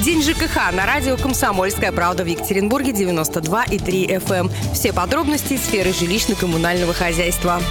День ЖКХ на радио «Комсомольская правда» в Екатеринбурге 92,3 FM. Все подробности из сферы жилищно-коммунального хозяйства.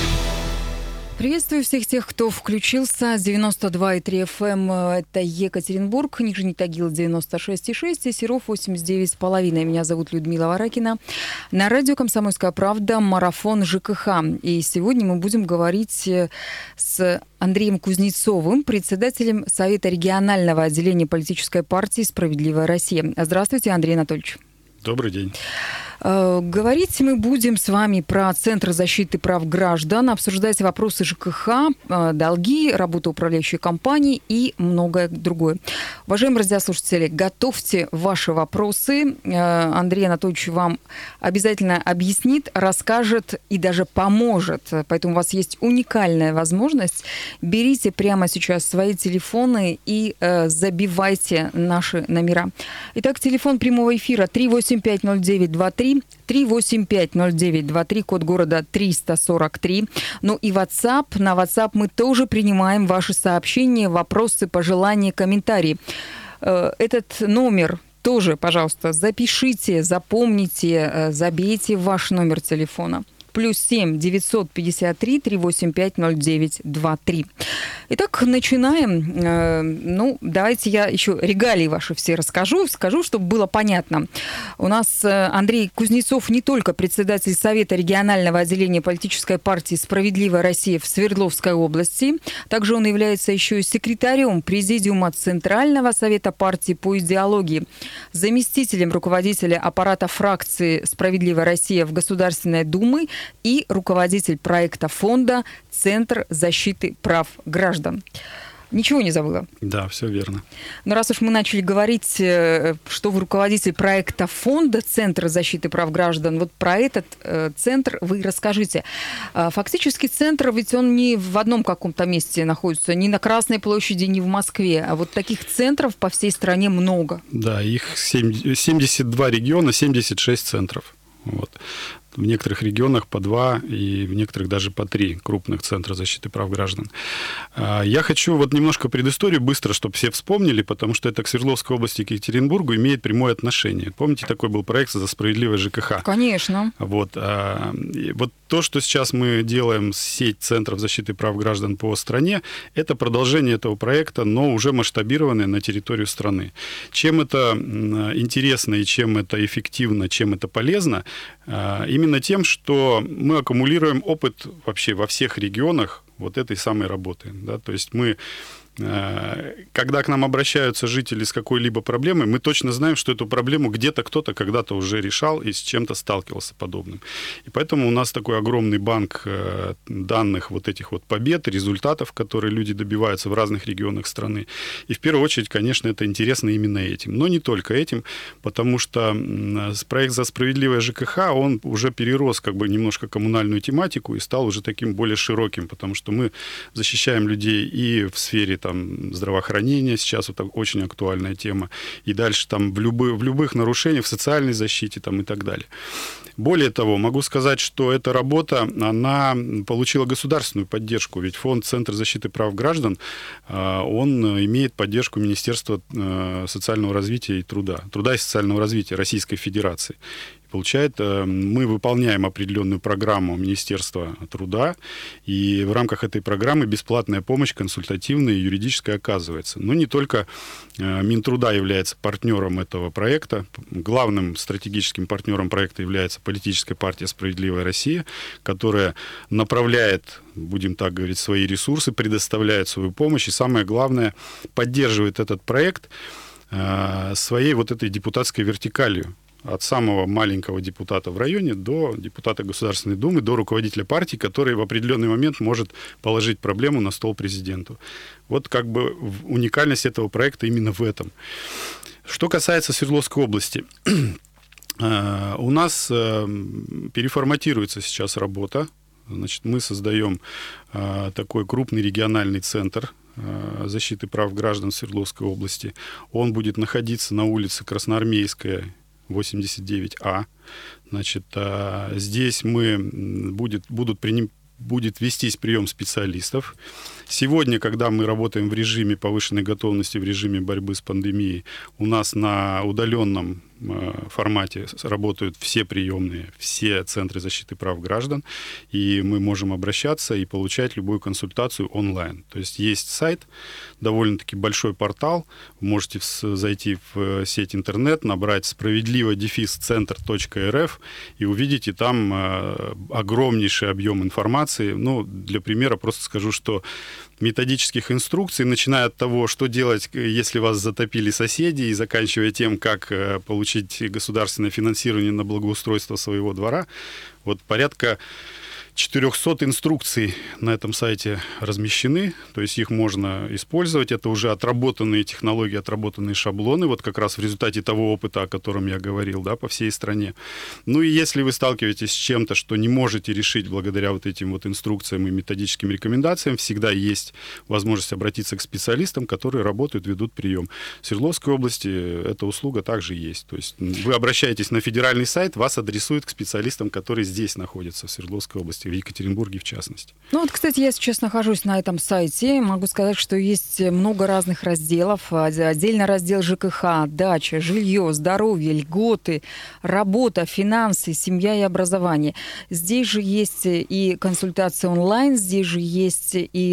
Приветствую всех тех, кто включился. 92,3 FM – это Екатеринбург, Нижний Тагил 96,6 и Серов 89,5. Меня зовут Людмила Варакина. На радио «Комсомольская правда» марафон ЖКХ. И сегодня мы будем говорить с Андреем Кузнецовым, председателем Совета регионального отделения политической партии «Справедливая Россия». Здравствуйте, Андрей Анатольевич. Добрый день. Говорить мы будем с вами про Центр защиты прав граждан, обсуждать вопросы ЖКХ, долги, работу управляющей компании и многое другое. Уважаемые радиослушатели, готовьте ваши вопросы. Андрей Анатольевич вам обязательно объяснит, расскажет и даже поможет. Поэтому у вас есть уникальная возможность. Берите прямо сейчас свои телефоны и забивайте наши номера. Итак, телефон прямого эфира 3850923. 3850923, код города 343. Ну и WhatsApp. На WhatsApp мы тоже принимаем ваши сообщения, вопросы, пожелания, комментарии. Этот номер тоже, пожалуйста, запишите, запомните, забейте ваш номер телефона. +7 953 385 0923. Итак, начинаем. Давайте я еще регалии ваши все скажу, чтобы было понятно. У нас Андрей Кузнецов не только председатель Совета регионального отделения политической партии «Справедливая Россия» в Свердловской области, также он является еще и секретарем Президиума Центрального совета партии по идеологии, заместителем руководителя аппарата фракции «Справедливая Россия» в Государственной Думе и руководитель проекта фонда «Центр защиты прав граждан». Ничего не забыла? Да, все верно. Но раз уж мы начали говорить, что вы руководитель проекта фонда «Центр защиты прав граждан», вот про этот центр вы расскажите. Фактически центр, ведь он не в одном каком-то месте находится, ни на Красной площади, ни в Москве, а вот таких центров по всей стране много. Да, их 72 региона, 76 центров. Вот. В некоторых регионах по 2 и в некоторых даже по 3 крупных центра защиты прав граждан. Я хочу немножко предысторию быстро, чтобы все вспомнили, потому что это к Свердловской области, к Екатеринбургу имеет прямое отношение. Помните, такой был проект «За справедливое ЖКХ»? Конечно. Вот то, что сейчас мы делаем, сеть центров защиты прав граждан по стране, это продолжение этого проекта, но уже масштабированное на территорию страны. Чем это интересно и чем это эффективно, чем это полезно? Именно тем, что мы аккумулируем опыт вообще во всех регионах вот этой самой работы. Да? То есть мы, когда к нам обращаются жители с какой-либо проблемой, мы точно знаем, что эту проблему где-то кто-то когда-то уже решал и с чем-то сталкивался подобным. И поэтому у нас такой огромный банк данных вот этих вот побед, результатов, которые люди добиваются в разных регионах страны. И в первую очередь, конечно, это интересно именно этим. Но не только этим, потому что проект «За справедливое ЖКХ», он уже перерос немножко коммунальную тематику и стал уже таким более широким, потому что мы защищаем людей и в сфере здравоохранения, сейчас вот очень актуальная тема, и дальше в любых нарушениях, в социальной защите и так далее. Более того, могу сказать, что эта работа, она получила государственную поддержку, ведь фонд «Центр защиты прав граждан», он имеет поддержку Министерства социального развития и труда и социального развития Российской Федерации. Мы выполняем определенную программу Министерства труда, и в рамках этой программы бесплатная помощь консультативная и юридическая оказывается. Но не только Минтруда является партнером этого проекта. Главным стратегическим партнером проекта является политическая партия «Справедливая Россия», которая направляет, будем так говорить, свои ресурсы, предоставляет свою помощь и, самое главное, поддерживает этот проект своей этой депутатской вертикалью. От самого маленького депутата в районе до депутата Государственной Думы, до руководителя партии, который в определенный момент может положить проблему на стол президенту. Вот уникальность этого проекта именно в этом. Что касается Свердловской области, у нас переформатируется сейчас работа. Значит, мы создаем такой крупный региональный центр защиты прав граждан в Свердловской области. Он будет находиться на улице Красноармейская, 89А. Значит, здесь будет вестись прием специалистов. Сегодня, когда мы работаем в режиме повышенной готовности, в режиме борьбы с пандемией, у нас на удаленном формате работают все приемные, все центры защиты прав граждан, и мы можем обращаться и получать любую консультацию онлайн. То есть есть сайт, довольно-таки большой портал, вы можете зайти в сеть интернет, набрать справедливо-центр.рф и увидите там огромнейший объем информации. Ну, для примера просто скажу, что методических инструкций, начиная от того, что делать, если вас затопили соседи, и заканчивая тем, как получить государственное финансирование на благоустройство своего двора. Вот порядка 400 инструкций на этом сайте размещены, то есть их можно использовать. Это уже отработанные технологии, отработанные шаблоны, вот как раз в результате того опыта, о котором я говорил, да, по всей стране. Ну и если вы сталкиваетесь с чем-то, что не можете решить благодаря вот этим вот инструкциям и методическим рекомендациям, всегда есть возможность обратиться к специалистам, которые работают, ведут прием. В Свердловской области эта услуга также есть. То есть вы обращаетесь на федеральный сайт, вас адресуют к специалистам, которые здесь находятся, в Свердловской области, в Екатеринбурге в частности. Ну вот, кстати, я сейчас нахожусь на этом сайте. Могу сказать, что есть много разных разделов. Отдельно раздел ЖКХ, дача, жилье, здоровье, льготы, работа, финансы, семья и образование. Здесь же есть и консультации онлайн, здесь же есть и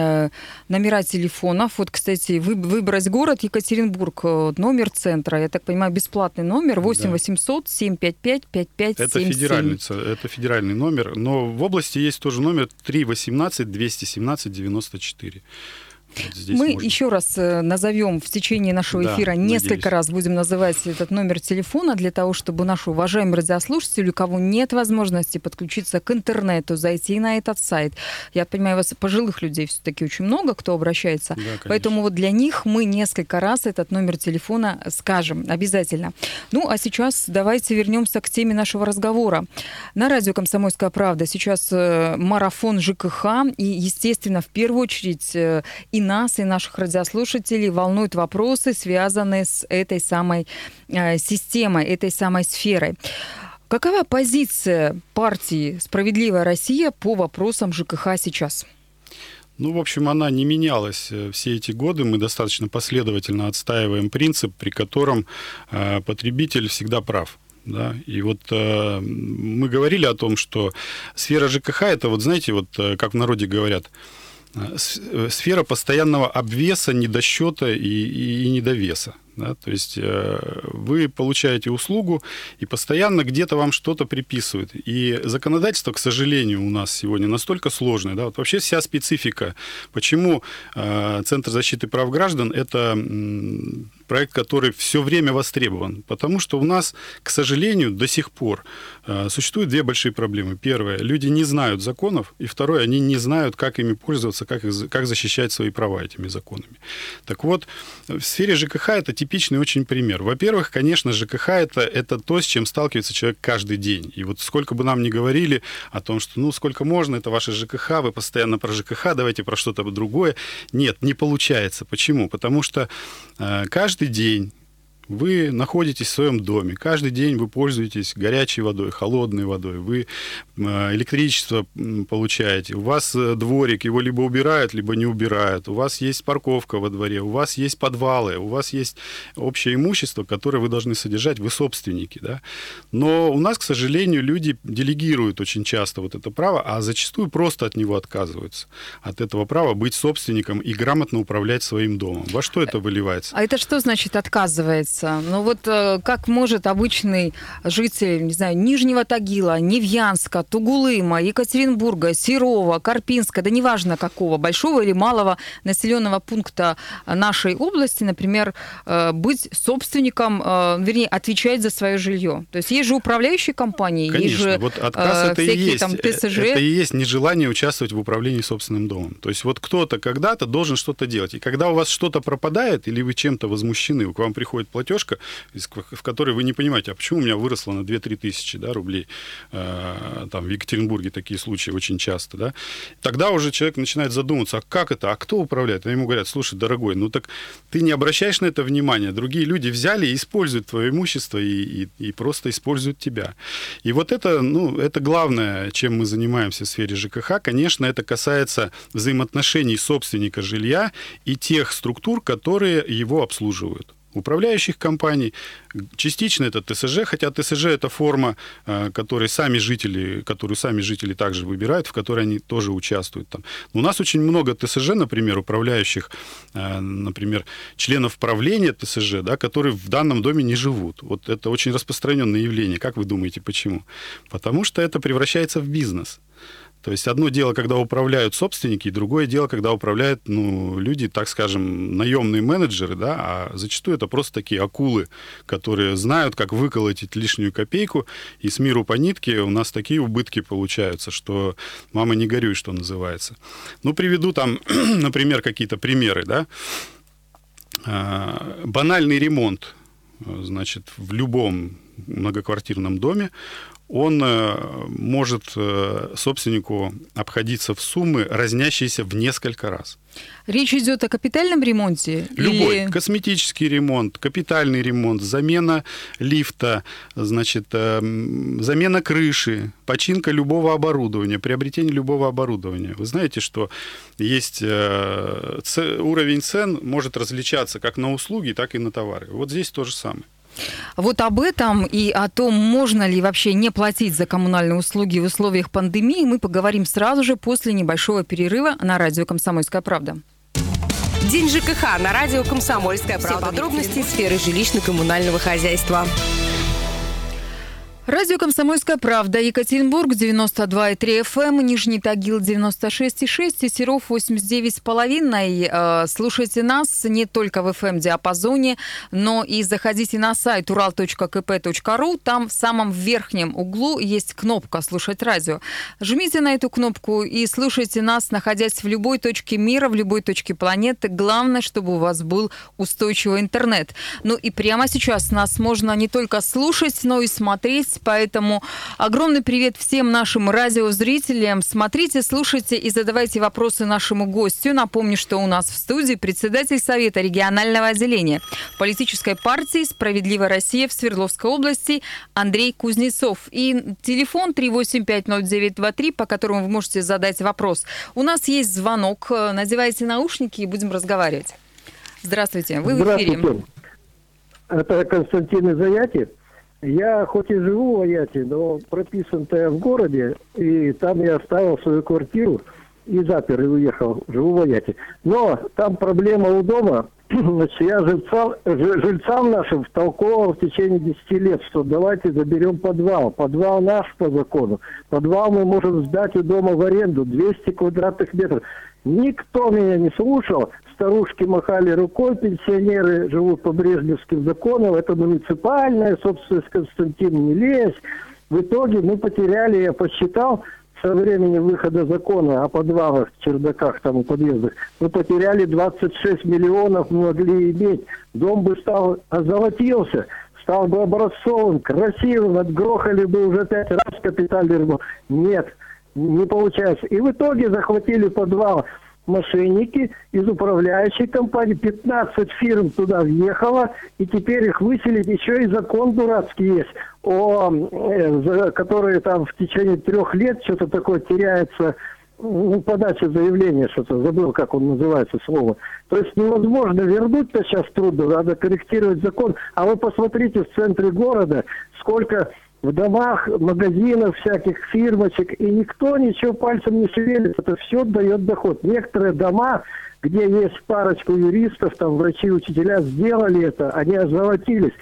номера телефонов. Вот, кстати, выбрать город Екатеринбург, номер центра, я так понимаю, бесплатный номер 8 800 755 5577. Это федеральный номер, но в области есть тоже номер 318 217 94. Вот мы можно. еще раз назовем в течение нашего эфира, несколько раз будем называть этот номер телефона для того, чтобы наши уважаемые радиослушатели, у кого нет возможности подключиться к интернету, зайти на этот сайт. Я понимаю, у вас пожилых людей все-таки очень много, кто обращается. Да, поэтому вот для них мы несколько раз этот номер телефона скажем обязательно. Ну, а сейчас давайте вернемся к теме нашего разговора. На радио «Комсомольская правда» сейчас марафон ЖКХ, и, естественно, в первую очередь и нас, и наших радиослушателей волнуют вопросы, связанные с этой самой системой, этой самой сферой. Какова позиция партии «Справедливая Россия» по вопросам ЖКХ сейчас? Ну, в общем, она не менялась все эти годы. Мы достаточно последовательно отстаиваем принцип, при котором потребитель всегда прав. Да? И вот мы говорили о том, что сфера ЖКХ – это, вот знаете, вот как в народе говорят, сфера постоянного обвеса, недосчета и недовеса. Да? То есть вы получаете услугу, и постоянно где-то вам что-то приписывают. И законодательство, к сожалению, у нас сегодня настолько сложное. Да? Вот вообще вся специфика, почему Центр защиты прав граждан – это проект, который все время востребован. Потому что у нас, к сожалению, до сих пор существуют две большие проблемы. Первое – люди не знают законов, и второе – они не знают, как ими пользоваться, как защищать свои права этими законами. Так вот, в сфере ЖКХ это типичный очень пример. Во-первых, конечно, ЖКХ это то, с чем сталкивается человек каждый день. И вот сколько бы нам ни говорили о том, что ну сколько можно, это ваше ЖКХ, вы постоянно про ЖКХ, давайте про что-то другое. Нет, не получается. Почему? Потому что каждый день вы находитесь в своем доме, каждый день вы пользуетесь горячей водой, холодной водой, вы электричество получаете, у вас дворик, его либо убирают, либо не убирают, у вас есть парковка во дворе, у вас есть подвалы, у вас есть общее имущество, которое вы должны содержать, вы собственники. Да? Но у нас, к сожалению, люди делегируют очень часто вот это право, а зачастую просто от него отказываются, от этого права быть собственником и грамотно управлять своим домом. Во что это выливается? А это что значит отказывается? Ну вот как может обычный житель, не знаю, Нижнего Тагила, Невьянска, Тугулыма, Екатеринбурга, Серова, Карпинска, да неважно какого, большого или малого населенного пункта нашей области, например, быть собственником, вернее, отвечать за свое жилье? То есть есть же управляющие компании, конечно, есть же вот отказ это всякие и есть, там ТСЖ. Это и есть нежелание участвовать в управлении собственным домом. То есть вот кто-то когда-то должен что-то делать. И когда у вас что-то пропадает, или вы чем-то возмущены, к вам приходит платеж платежка, в которой вы не понимаете, а почему у меня выросло на 2-3 тысячи, да, рублей. Там в Екатеринбурге такие случаи очень часто. Да. Тогда уже человек начинает задумываться, а как это, а кто управляет? А ему говорят, слушай, дорогой, ну так ты не обращаешь на это внимания, другие люди взяли и используют твое имущество и просто используют тебя. И вот это, ну, это главное, чем мы занимаемся в сфере ЖКХ. Конечно, это касается взаимоотношений собственника жилья и тех структур, которые его обслуживают. Управляющих компаний, частично это ТСЖ, хотя ТСЖ это форма, которую сами жители также выбирают, в которой они тоже участвуют. Там. У нас очень много ТСЖ, например, управляющих, например, членов правления ТСЖ, да, которые в данном доме не живут. Вот это очень распространенное явление. Как вы думаете, почему? Потому что это превращается в бизнес. То есть одно дело, когда управляют собственники, и другое дело, когда управляют, ну, люди, так скажем, наемные менеджеры, да, а зачастую это просто такие акулы, которые знают, как выколотить лишнюю копейку, и с миру по нитке у нас такие убытки получаются, что мама не горюй, что называется. Ну, приведу там, например, какие-то примеры, да. Банальный ремонт, значит, в любом многоквартирном доме, он может собственнику обходиться в суммы, разнящиеся в несколько раз. Речь идет о капитальном ремонте? Любой. Или... Косметический ремонт, капитальный ремонт, замена лифта, значит, замена крыши, починка любого оборудования, приобретение любого оборудования. Вы знаете, что есть уровень цен может различаться как на услуги, так и на товары. Вот здесь то же самое. Вот об этом и о том, можно ли вообще не платить за коммунальные услуги в условиях пандемии, мы поговорим сразу же после небольшого перерыва на радио «Комсомольская правда». День ЖКХ на радио «Комсомольская правда». Все подробности сферы жилищно-коммунального хозяйства. Радио «Комсомольская правда», Екатеринбург, 92,3 FM, Нижний Тагил, 96,6 и Серов, 89,5. Слушайте нас не только в FM-диапазоне, но и заходите на сайт ural.kp.ru. Там в самом верхнем углу есть кнопка «Слушать радио». Жмите на эту кнопку и слушайте нас, находясь в любой точке мира, в любой точке планеты. Главное, чтобы у вас был устойчивый интернет. Ну и прямо сейчас нас можно не только слушать, но и смотреть. Поэтому огромный привет всем нашим радиозрителям. Смотрите, слушайте и задавайте вопросы нашему гостю. Напомню, что у нас в студии председатель Совета регионального отделения политической партии «Справедливая Россия» в Свердловской области Андрей Кузнецов. И телефон 3850923, по которому вы можете задать вопрос. У нас есть звонок. Надевайте наушники и будем разговаривать. Здравствуйте, вы в эфире. Здравствуйте. Это Константин из Аяти. Я хоть и живу в Аяти, но прописан-то я в городе, и там я оставил свою квартиру и запер, и уехал. Живу в Аяти. Но там проблема у дома. Значит, я жильцам нашим втолковал в течение 10 лет, что давайте заберем подвал. Подвал наш по закону. Подвал мы можем сдать у дома в аренду 200 квадратных метров. Никто меня не слушал. Старушки махали рукой, пенсионеры живут по брежневским законам. Это муниципальная собственность, Константин, не лезь. В итоге мы потеряли, я посчитал, со времени выхода закона о подвалах, чердаках там и подъездах, мы потеряли 26 миллионов, мы могли иметь. Дом бы озолотился, стал бы образцовым, красивым, отгрохали бы уже 5 раз капитальный ремонт. Нет, не получается. И в итоге захватили подвал мошенники из управляющей компании. 15 фирм туда въехало, и теперь их выселить. Еще и закон дурацкий есть, который там в течение 3 лет что-то такое теряется, подача заявления, что-то, забыл, как он называется, слово. То есть невозможно вернуть-то сейчас трудно, надо корректировать закон. А вы посмотрите в центре города, сколько в домах, магазинах, всяких фирмочек, и никто ничего пальцем не шевелит. Это все дает доход. Некоторые дома, где есть парочку юристов, там врачи, учителя, сделали это, они озолотились.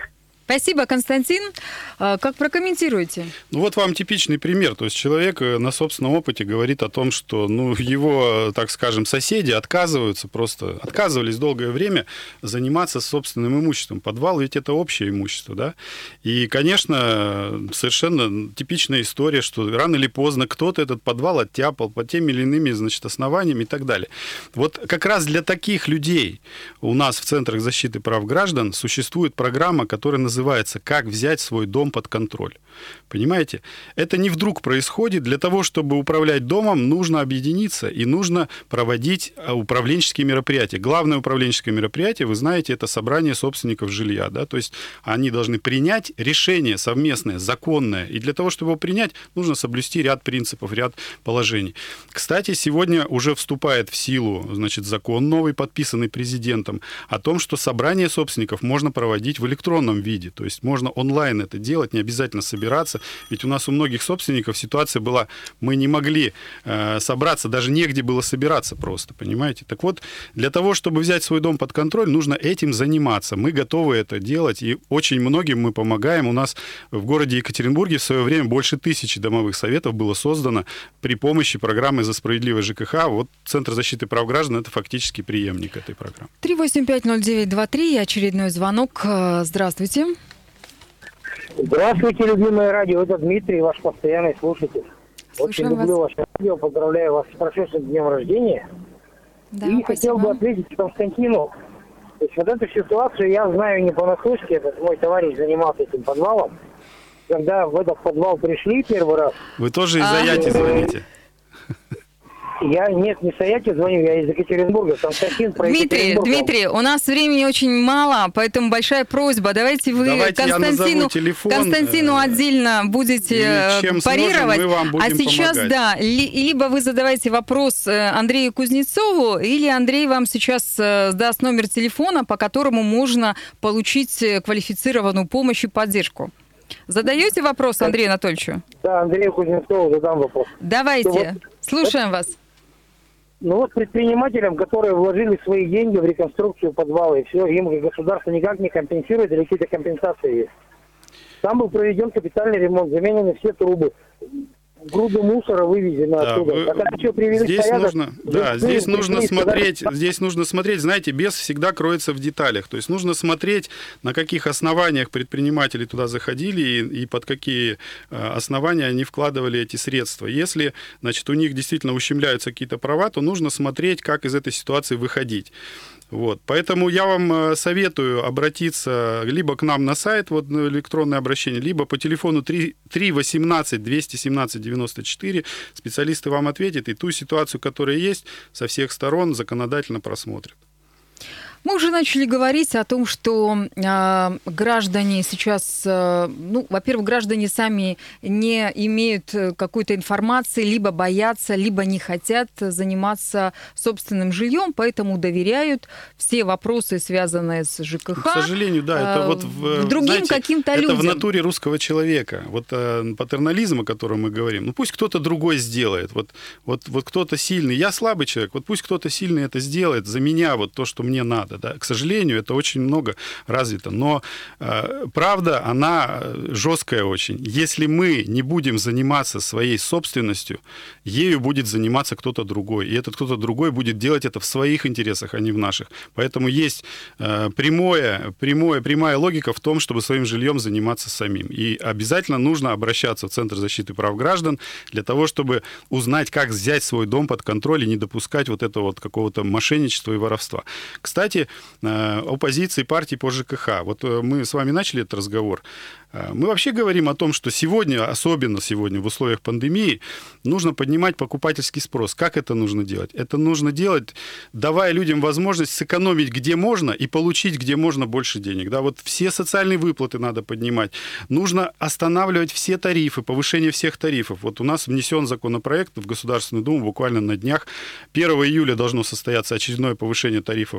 Спасибо, Константин. Как прокомментируете? Ну вот вам типичный пример. То есть человек на собственном опыте говорит о том, что его, так скажем, соседи отказывались долгое время заниматься собственным имуществом. Подвал ведь это общее имущество, да? И, конечно, совершенно типичная история, что рано или поздно кто-то этот подвал оттяпал по тем или иными, основаниями и так далее. Вот как раз для таких людей у нас в Центрах защиты прав граждан существует программа, которая называется «Как взять свой дом под контроль». Понимаете? Это не вдруг происходит. Для того, чтобы управлять домом, нужно объединиться и нужно проводить управленческие мероприятия. Главное управленческое мероприятие, вы знаете, это собрание собственников жилья. Да? То есть они должны принять решение совместное, законное. И для того, чтобы его принять, нужно соблюсти ряд принципов, ряд положений. Кстати, сегодня уже вступает в силу, закон новый, подписанный президентом, о том, что собрание собственников можно проводить в электронном виде. То есть можно онлайн это делать, не обязательно собираться. Ведь у нас у многих собственников ситуация была, мы не могли собраться, даже негде было собираться просто, понимаете? Так вот, для того, чтобы взять свой дом под контроль, нужно этим заниматься. Мы готовы это делать, и очень многим мы помогаем. У нас в городе Екатеринбурге в свое время больше 1000 домовых советов было создано при помощи программы «За справедливое ЖКХ». Вот Центр защиты прав граждан – это фактически преемник этой программы. 3850923, очередной звонок. Здравствуйте. Здравствуйте, любимое радио. Это Дмитрий, ваш постоянный слушатель. Очень люблю ваше радио. Поздравляю вас с прошедшим днем рождения. Да, и хотел бы ответить Константину. То есть вот эту ситуацию я знаю не понаслышке. Этот мой товарищ занимался этим подвалом. Когда в этот подвал пришли первый раз... Вы тоже из Аяти звоните? Я не с Аяти звоню, я из Екатеринбурга. Константин про Дмитрий, у нас времени очень мало, поэтому большая просьба. Давайте вы Константину отдельно будете парировать. А сейчас, помогать. Да, либо вы задавайте вопрос Андрею Кузнецову, или Андрей вам сейчас даст номер телефона, по которому можно получить квалифицированную помощь и поддержку. Задаете вопрос Андрею Анатольевичу? Да, Андрею Кузнецову задам вопрос. Давайте, слушаем вас. Предпринимателям, которые вложили свои деньги в реконструкцию подвала, и все, им государство никак не компенсирует, или какие-то компенсации есть. Там был проведен капитальный ремонт, заменены все трубы. Груду мусора вывезено оттуда. Здесь нужно смотреть, знаете, бес всегда кроется в деталях. То есть нужно смотреть, на каких основаниях предприниматели туда заходили и под какие основания они вкладывали эти средства. Если, у них действительно ущемляются какие-то права, то нужно смотреть, как из этой ситуации выходить. Вот. Поэтому я вам советую обратиться либо к нам на сайт, электронное обращение, либо по телефону 318-217-94. Специалисты вам ответят и ту ситуацию, которая есть, со всех сторон законодательно просмотрят. Мы уже начали говорить о том, что граждане сейчас, во-первых, граждане сами не имеют какой-то информации, либо боятся, либо не хотят заниматься собственным жильем, поэтому доверяют все вопросы, связанные с ЖКХ. К сожалению, да, это другим каким-то людям. Это в натуре русского человека. Патернализм, о котором мы говорим, пусть кто-то другой сделает. Вот кто-то сильный, я слабый человек, пусть кто-то сильный это сделает за меня, то, что мне надо. Да. К сожалению, это очень много развито. Но правда, она жесткая очень. Если мы не будем заниматься своей собственностью, ею будет заниматься кто-то другой. И этот кто-то другой будет делать это в своих интересах, а не в наших. Поэтому есть прямая логика в том, чтобы своим жильем заниматься самим. И обязательно нужно обращаться в Центр защиты прав граждан для того, чтобы узнать, как взять свой дом под контроль и не допускать какого-то мошенничества и воровства. Кстати, о позиции партии по ЖКХ. Мы с вами начали этот разговор. Мы вообще говорим о том, что особенно сегодня в условиях пандемии, нужно поднимать покупательский спрос. Как это нужно делать? Это нужно делать, давая людям возможность сэкономить где можно и получить где можно больше денег. Да, все социальные выплаты надо поднимать. Нужно останавливать все тарифы, повышение всех тарифов. У нас внесен законопроект в Государственную Думу буквально на днях. 1 июля должно состояться очередное повышение тарифов в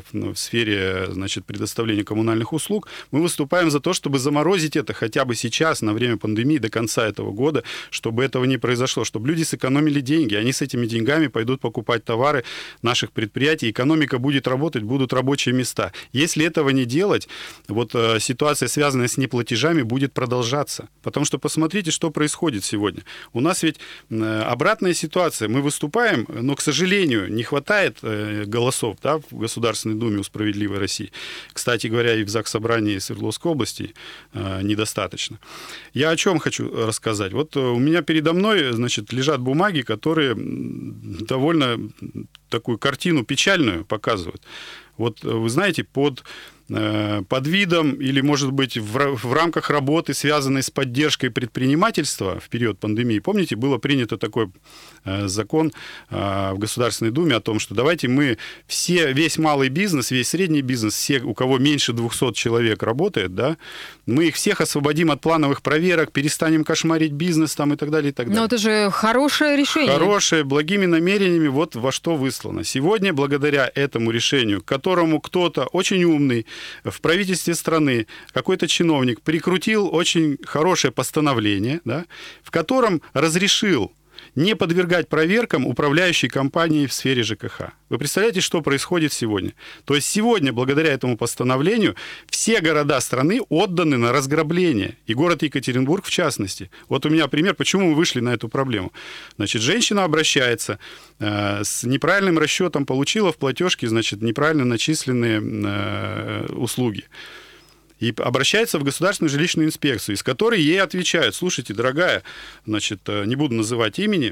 сфере, значит, предоставления коммунальных услуг, мы выступаем за то, чтобы заморозить это хотя бы сейчас, на время пандемии, до конца этого года, чтобы этого не произошло, чтобы люди сэкономили деньги, они с этими деньгами пойдут покупать товары наших предприятий, экономика будет работать, будут рабочие места. Если этого не делать, вот ситуация, связанная с неплатежами, будет продолжаться. Потому что посмотрите, что происходит сегодня. У нас ведь обратная ситуация. Мы выступаем, но, к сожалению, не хватает голосов, да, в Государственной Думе у «Справедливой России». Кстати говоря, и в Заксобрании Свердловской области недостаточно. Я о чем хочу рассказать. Вот у меня передо мной, значит, лежат бумаги, которые довольно такую картину печальную показывают. Вот вы знаете, под видом или, может быть, в рамках работы, связанной с поддержкой предпринимательства в период пандемии, помните, было принято такой закон в Государственной Думе о том, что давайте мы весь малый бизнес, весь средний бизнес, все, у кого меньше 200 человек работает, да, мы их всех освободим от плановых проверок, перестанем кошмарить бизнес там, и так далее, и так далее. Но это же хорошее решение. Хорошее, благими намерениями, вот во что выслано. Сегодня, благодаря этому решению, к которому кто-то очень умный в правительстве страны, какой-то чиновник прикрутил очень хорошее постановление, да, в котором разрешил не подвергать проверкам управляющей компании в сфере ЖКХ. Вы представляете, что происходит сегодня? То есть сегодня, благодаря этому постановлению, все города страны отданы на разграбление. И город Екатеринбург в частности. Вот у меня пример, почему мы вышли на эту проблему. Значит, женщина обращается с неправильным расчетом, получила в платежке, значит, неправильно начисленные услуги. И обращается в Государственную жилищную инспекцию, из которой ей отвечают: слушайте, дорогая, значит, не буду называть имени,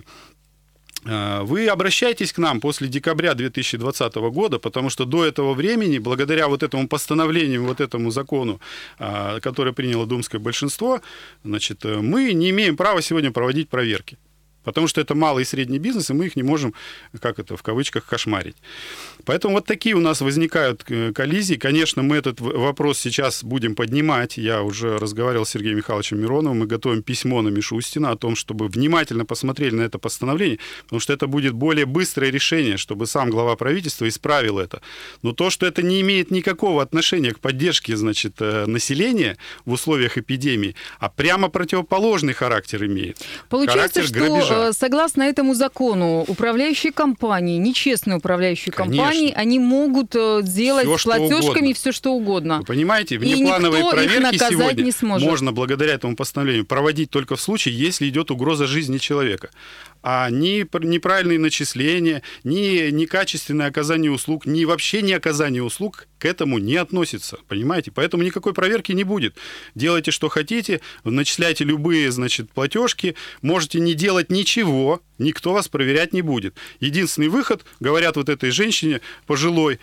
вы обращайтесь к нам после декабря 2020 года, потому что до этого времени, благодаря вот этому постановлению, вот этому закону, который приняло думское большинство, значит, мы не имеем права сегодня проводить проверки. Потому что это малый и средний бизнес, и мы их не можем, как это, в кавычках, кошмарить. Поэтому вот такие у нас возникают коллизии. Конечно, мы этот вопрос сейчас будем поднимать. Я уже разговаривал с Сергеем Михайловичем Мироновым. Мы готовим письмо на Мишустина о том, чтобы внимательно посмотрели на это постановление, потому что это будет более быстрое решение, чтобы сам глава правительства исправил это. Но то, что это не имеет никакого отношения к поддержке, значит, населения в условиях эпидемии, а прямо противоположный характер имеет. Получается, характер грабежа. Согласно этому закону, управляющие компании, нечестные управляющие компании, они могут делать с платежками все, что угодно. Вы понимаете, внеплановые проверки сегодня можно благодаря этому постановлению проводить только в случае, если идет угроза жизни человека. А ни неправильные начисления, ни некачественное оказание услуг, ни вообще не оказание услуг к этому не относится, понимаете? Поэтому никакой проверки не будет. Делайте, что хотите, начисляйте любые, значит, платежки, можете не делать ничего, никто вас проверять не будет. Единственный выход, говорят вот этой женщине пожилой,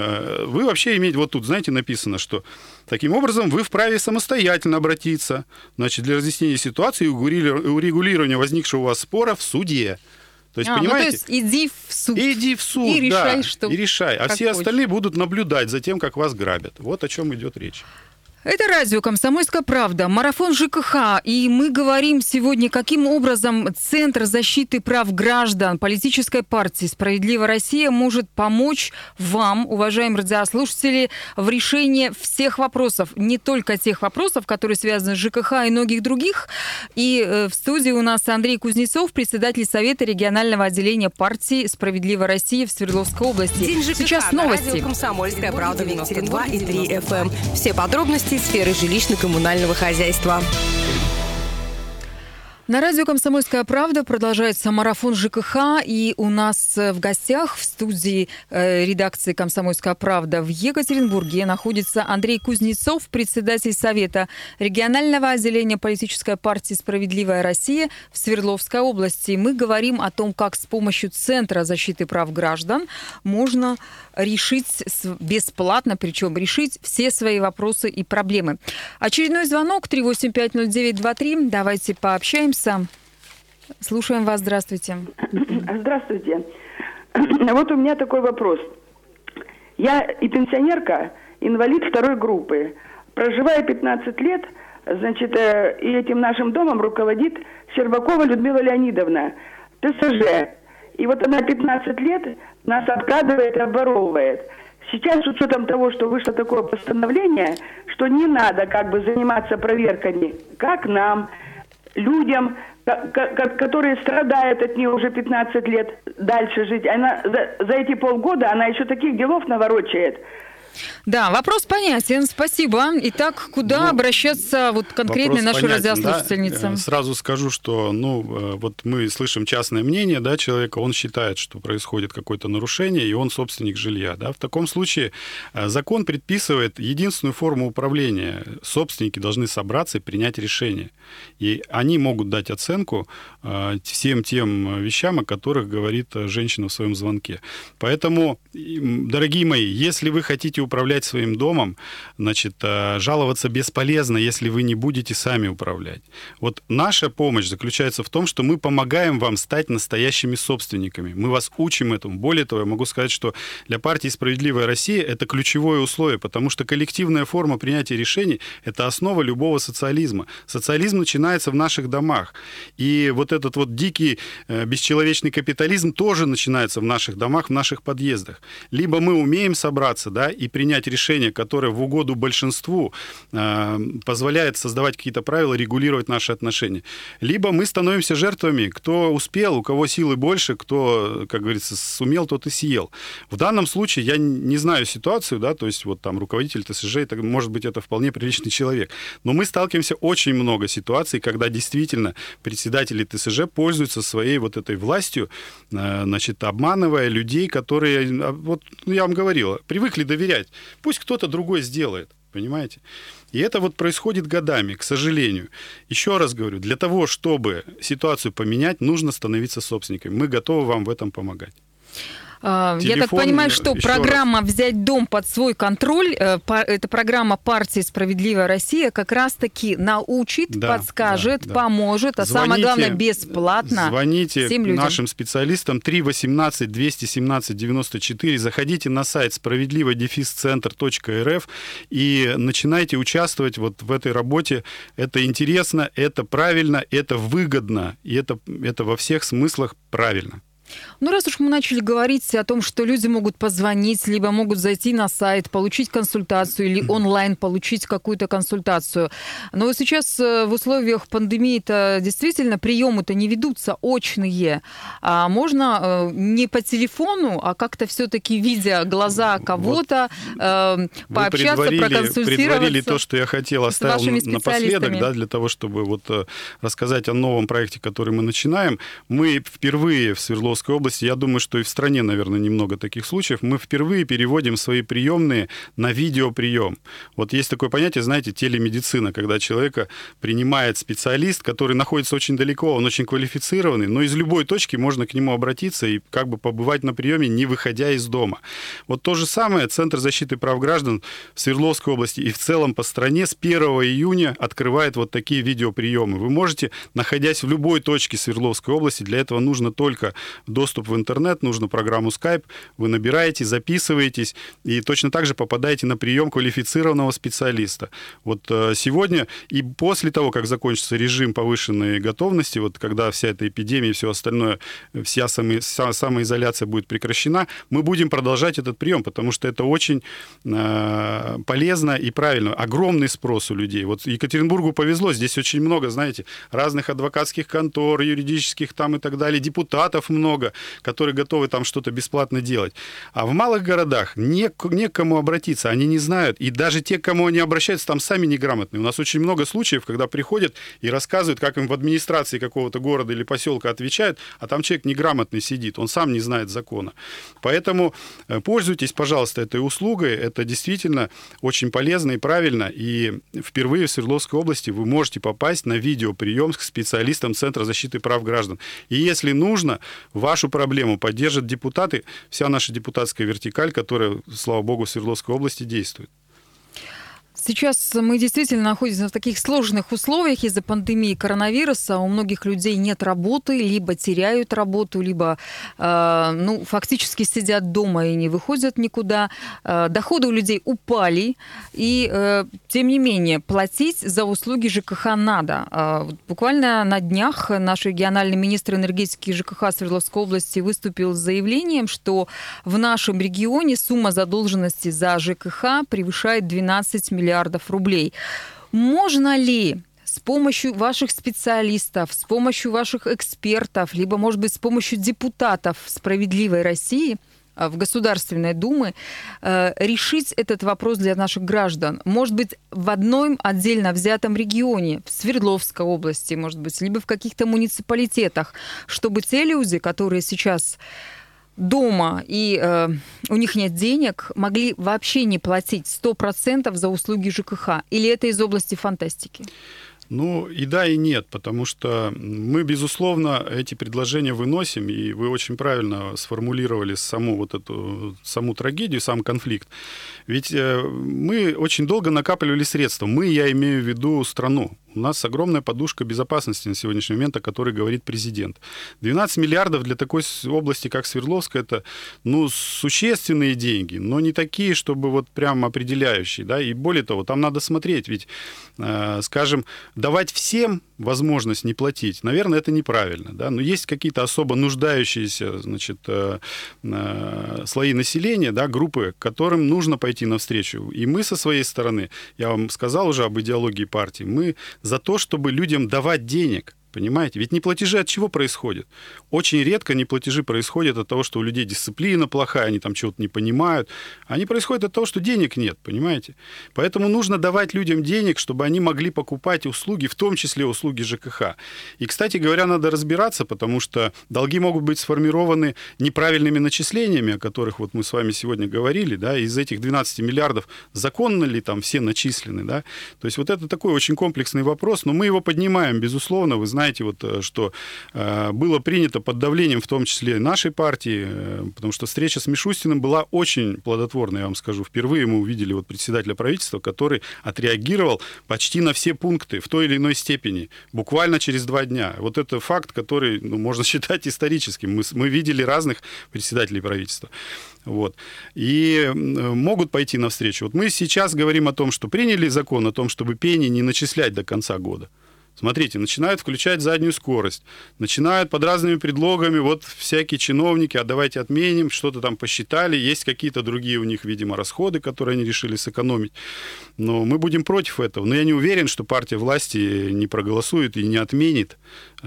вы вообще имеете, вот тут, знаете, написано, что таким образом вы вправе самостоятельно обратиться, значит, для разъяснения ситуации и урегулирования возникшего у вас спора в суде. То есть, понимаете? То есть иди в суд. Иди в суд, и решай, да, что и решай. А все остальные будут наблюдать за тем, как вас грабят. Вот о чем идет речь. Это радио «Комсомольская правда», марафон ЖКХ, и мы говорим сегодня, каким образом Центр защиты прав граждан политической партии «Справедливая Россия» может помочь вам, уважаемые радиослушатели, в решении всех вопросов, не только тех вопросов, которые связаны с ЖКХ и многих других. И в студии у нас Андрей Кузнецов, председатель Совета регионального отделения партии «Справедливая Россия» в Свердловской области. День ЖКХ. Сейчас новости. Радио «Комсомольская правда», 92 и 3 FM. Все подробности сферы жилищно-коммунального хозяйства. На радио «Комсомольская правда» продолжается марафон ЖКХ, и у нас в гостях в студии редакции «Комсомольская правда» в Екатеринбурге находится Андрей Кузнецов, председатель Совета регионального отделения политической партии «Справедливая Россия» в Свердловской области. Мы говорим о том, как с помощью Центра защиты прав граждан можно решить бесплатно, причем решить все свои вопросы и проблемы. Очередной звонок 3850923. Давайте пообщаемся. Слушаем вас. Здравствуйте. Здравствуйте. Вот у меня такой вопрос. Я и пенсионерка, инвалид второй группы. Проживаю 15 лет, значит, и этим нашим домом руководит Щербакова Людмила Леонидовна, ТСЖ. И вот она 15 лет нас обкрадывает и обворовывает. сейчас с учетом того, что вышло такое постановление, что не надо как бы заниматься проверками, как нам, людям, которые страдают от нее уже 15 лет, дальше жить. Она за эти полгода она еще таких делов наворочает. Да, вопрос понятен, спасибо. Итак, куда обращаться вот конкретно нашей радиослушательнице? Да. Сразу скажу, что вот мы слышим частное мнение, да, человека, он считает, что происходит какое-то нарушение, и он собственник жилья. Да. В таком случае закон предписывает единственную форму управления. Собственники должны собраться и принять решение. И они могут дать оценку всем тем вещам, о которых говорит женщина в своем звонке. Поэтому, дорогие мои, если вы хотите управлять своим домом, значит, жаловаться бесполезно, если вы не будете сами управлять. Вот наша помощь заключается в том, что мы помогаем вам стать настоящими собственниками. Мы вас учим этому. Более того, я могу сказать, что для партии «Справедливая Россия» это ключевое условие, потому что коллективная форма принятия решений – это основа любого социализма. Социализм начинается в наших домах. И вот этот вот дикий, бесчеловечный капитализм тоже начинается в наших домах, в наших подъездах. Либо мы умеем собраться, да, и принять решение, которое в угоду большинству позволяет создавать какие-то правила, регулировать наши отношения. Либо мы становимся жертвами. Кто успел, у кого силы больше, кто, как говорится, сумел, тот и съел. В данном случае я не знаю ситуацию, да, то есть вот там руководитель ТСЖ, может быть, это вполне приличный человек. Но мы сталкиваемся очень много ситуаций, когда действительно председатели ТСЖ пользуются своей вот этой властью, значит, обманывая людей, которые, вот я вам говорил, привыкли доверять. Пусть кто-то другой сделает, понимаете? И это вот происходит годами, к сожалению. Еще раз говорю, для того, чтобы ситуацию поменять, нужно становиться собственником. Мы готовы вам в этом помогать. Я так понимаю, что программа «Взять дом под свой контроль», эта программа партии «Справедливая Россия» как раз-таки научит, подскажет, поможет, а самое главное, бесплатно. Звоните нашим специалистам 318-217-94, заходите на сайт справедливо-центр.рф и начинайте участвовать вот в этой работе. Это интересно, это правильно, это выгодно, и это во всех смыслах правильно. Ну, раз уж мы начали говорить о том, что люди могут позвонить, либо могут зайти на сайт, получить консультацию или онлайн получить какую-то консультацию. Но вот сейчас в условиях пандемии-то действительно приемы-то не ведутся очные. А можно не по телефону, а как-то все-таки, видя глаза кого-то, пообщаться, проконсультироваться. Вы предварили то, что я хотел, оставил напоследок, да, для того, чтобы вот рассказать о новом проекте, который мы начинаем. Мы впервые в Свердловской области, я думаю, что и в стране, наверное, немного таких случаев, мы впервые переводим свои приемные на видеоприем. Вот есть такое понятие, знаете, телемедицина, когда человека принимает специалист, который находится очень далеко, он очень квалифицированный, но из любой точки можно к нему обратиться и как бы побывать на приеме, не выходя из дома. Вот то же самое Центр защиты прав граждан в Свердловской области и в целом по стране с 1 июня открывает вот такие видеоприемы. Вы можете, находясь в любой точке Свердловской области, для этого нужно только доступ в интернет, нужно программу Skype, вы набираете, записываетесь и точно так же попадаете на прием квалифицированного специалиста. Вот сегодня и после того, как закончится режим повышенной готовности, вот когда вся эта эпидемия и все остальное, вся самоизоляция будет прекращена, мы будем продолжать этот прием, потому что это очень полезно и правильно. Огромный спрос у людей. Вот Екатеринбургу повезло, здесь очень много, знаете, разных адвокатских контор, юридических там и так далее, депутатов много, которые готовы там что-то бесплатно делать. А в малых городах не к кому обратиться, они не знают. И даже те, к кому они обращаются, там сами неграмотные. У нас очень много случаев, когда приходят и рассказывают, как им в администрации какого-то города или поселка отвечают, а там человек неграмотный сидит, он сам не знает закона. Поэтому пользуйтесь, пожалуйста, этой услугой. Это действительно очень полезно и правильно. И впервые в Свердловской области вы можете попасть на видеоприем к специалистам Центра защиты прав граждан. И если нужно, вашу проблему поддержат депутаты, вся наша депутатская вертикаль, которая, слава богу, в Свердловской области действует. Сейчас мы действительно находимся в таких сложных условиях из-за пандемии коронавируса. У многих людей нет работы, либо теряют работу, либо фактически сидят дома и не выходят никуда. Доходы у людей упали, и тем не менее платить за услуги ЖКХ надо. Буквально на днях наш региональный министр энергетики и ЖКХ Свердловской области выступил с заявлением, что в нашем регионе сумма задолженности за ЖКХ превышает 12 миллиардов рублей. Можно ли с помощью ваших специалистов, с помощью ваших экспертов, либо, может быть, с помощью депутатов «Справедливой России» в Государственной Думе решить этот вопрос для наших граждан? Может быть, в одном отдельно взятом регионе, в Свердловской области, может быть, либо в каких-то муниципалитетах, чтобы те люди, которые сейчас дома и у них нет денег, могли вообще не платить 100% за услуги ЖКХ? Или это из области фантастики? Ну, и да, и нет, потому что мы, безусловно, эти предложения выносим, и вы очень правильно сформулировали саму трагедию, сам конфликт. Ведь мы очень долго накапливали средства. Я имею в виду страну. У нас огромная подушка безопасности на сегодняшний момент, о которой говорит президент. 12 миллиардов для такой области, как Свердловская, это, существенные деньги, но не такие, чтобы вот прям определяющие, да, и более того, там надо смотреть, ведь, скажем, давать всем возможность не платить, наверное, это неправильно, да, но есть какие-то особо нуждающиеся, слои населения, да, группы, которым нужно пойти навстречу, и мы со своей стороны, я вам сказал уже об идеологии партии, мы за то, чтобы людям давать денег. Понимаете? Ведь неплатежи от чего происходят? Очень редко неплатежи происходят от того, что у людей дисциплина плохая, они там чего-то не понимают. Они происходят от того, что денег нет, понимаете? Поэтому нужно давать людям денег, чтобы они могли покупать услуги, в том числе услуги ЖКХ. И, кстати говоря, надо разбираться, потому что долги могут быть сформированы неправильными начислениями, о которых вот мы с вами сегодня говорили, да, из этих 12 миллиардов законно ли там все начислены, да? То есть вот это такой очень комплексный вопрос, но мы его поднимаем, безусловно, вы знаете, что было принято под давлением, в том числе нашей партии, потому что встреча с Мишустиным была очень плодотворной, я вам скажу. Впервые мы увидели председателя правительства, который отреагировал почти на все пункты в той или иной степени, буквально через 2 дня. Вот это факт, который можно считать историческим. Мы видели разных председателей правительства. И могут пойти навстречу. Мы сейчас говорим о том, что приняли закон о том, чтобы пени не начислять до конца года. Смотрите, начинают включать заднюю скорость, начинают под разными предлогами, всякие чиновники, давайте отменим, что-то там посчитали, есть какие-то другие у них, видимо, расходы, которые они решили сэкономить. Но мы будем против этого. Но я не уверен, что партия власти не проголосует и не отменит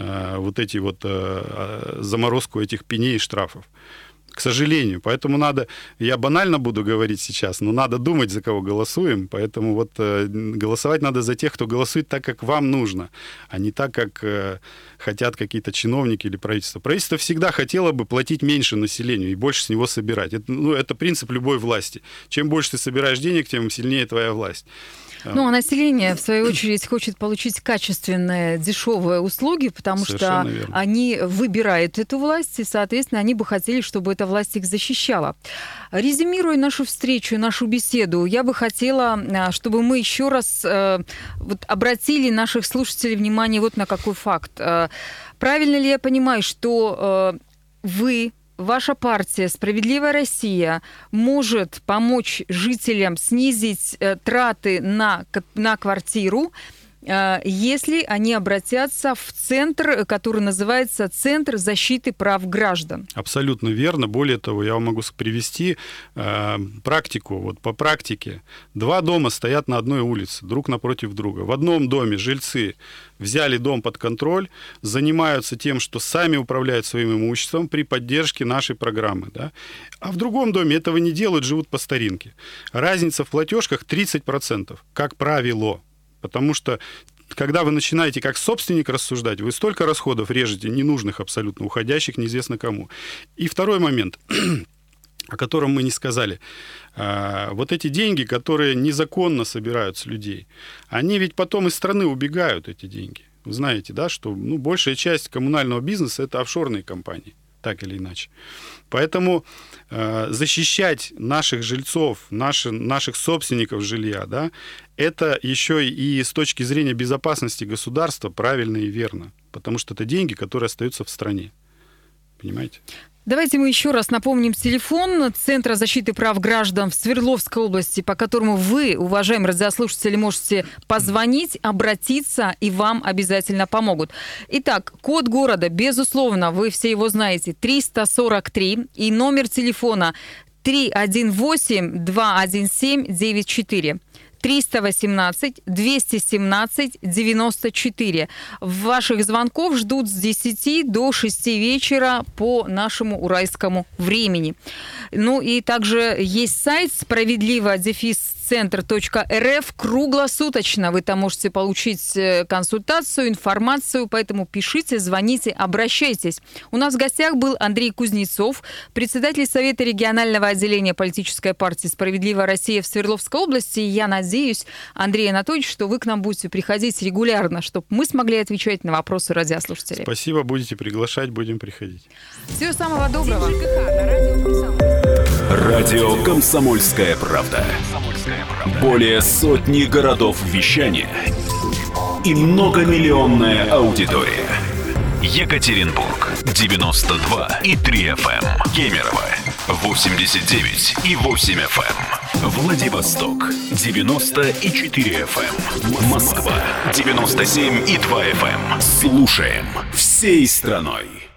заморозку этих пеней и штрафов. К сожалению. Поэтому я банально буду говорить сейчас, но надо думать, за кого голосуем. Поэтому голосовать надо за тех, кто голосует так, как вам нужно, а не так, как хотят какие-то чиновники или правительство. Правительство всегда хотело бы платить меньше населению и больше с него собирать. Это принцип любой власти. Чем больше ты собираешь денег, тем сильнее твоя власть. А население, в свою очередь, хочет получить качественные, дешевые услуги, потому Совершенно что верно. они выбирают эту власть, и, соответственно, они бы хотели, чтобы эта власть их защищала. Резюмируя нашу встречу, нашу беседу, я бы хотела, чтобы мы еще раз обратили наших слушателей внимание на какой факт. Правильно ли я понимаю, что ваша партия «Справедливая Россия» может помочь жителям снизить траты на квартиру, если они обратятся в центр, который называется «Центр защиты прав граждан»? Абсолютно верно. Более того, я вам могу привести практику. По практике 2 дома стоят на одной улице, друг напротив друга. В одном доме жильцы взяли дом под контроль, занимаются тем, что сами управляют своим имуществом при поддержке нашей программы. Да? А в другом доме этого не делают, живут по старинке. Разница в платежках 30%, как правило. Потому что, когда вы начинаете как собственник рассуждать, вы столько расходов режете, ненужных абсолютно, уходящих неизвестно кому. И второй момент, о котором мы не сказали. Эти деньги, которые незаконно собирают с людей, они ведь потом из страны убегают, эти деньги. Вы знаете, да, что большая часть коммунального бизнеса – это офшорные компании, так или иначе. Поэтому защищать наших жильцов, наших собственников жилья, да, это еще и с точки зрения безопасности государства правильно и верно, потому что это деньги, которые остаются в стране. Понимаете? Давайте мы еще раз напомним телефон Центра защиты прав граждан в Свердловской области, по которому вы, уважаемые радиослушатели, можете позвонить, обратиться, и вам обязательно помогут. Итак, код города, безусловно, вы все его знаете, 343, и номер телефона 318-217-94. 318-217-94. Ваших звонков ждут с 10 до 6 вечера по нашему уральскому времени. Ну и также есть сайт справедливо-центр.рф круглосуточно. Вы там можете получить консультацию, информацию, поэтому пишите, звоните, обращайтесь. У нас в гостях был Андрей Кузнецов, председатель Совета регионального отделения политической партии «Справедливая Россия» в Свердловской области. Я надеюсь, Андрей Анатольевич, что вы к нам будете приходить регулярно, чтобы мы смогли отвечать на вопросы радиослушателей. Спасибо, будете приглашать, будем приходить. Всего самого доброго. Радио «Комсомольская правда». Более сотни городов вещания и многомиллионная аудитория. Екатеринбург 92,3 FM. Кемерово 89,8 FM. Владивосток 90,4 FM. Москва 97,2 FM. Слушаем всей страной.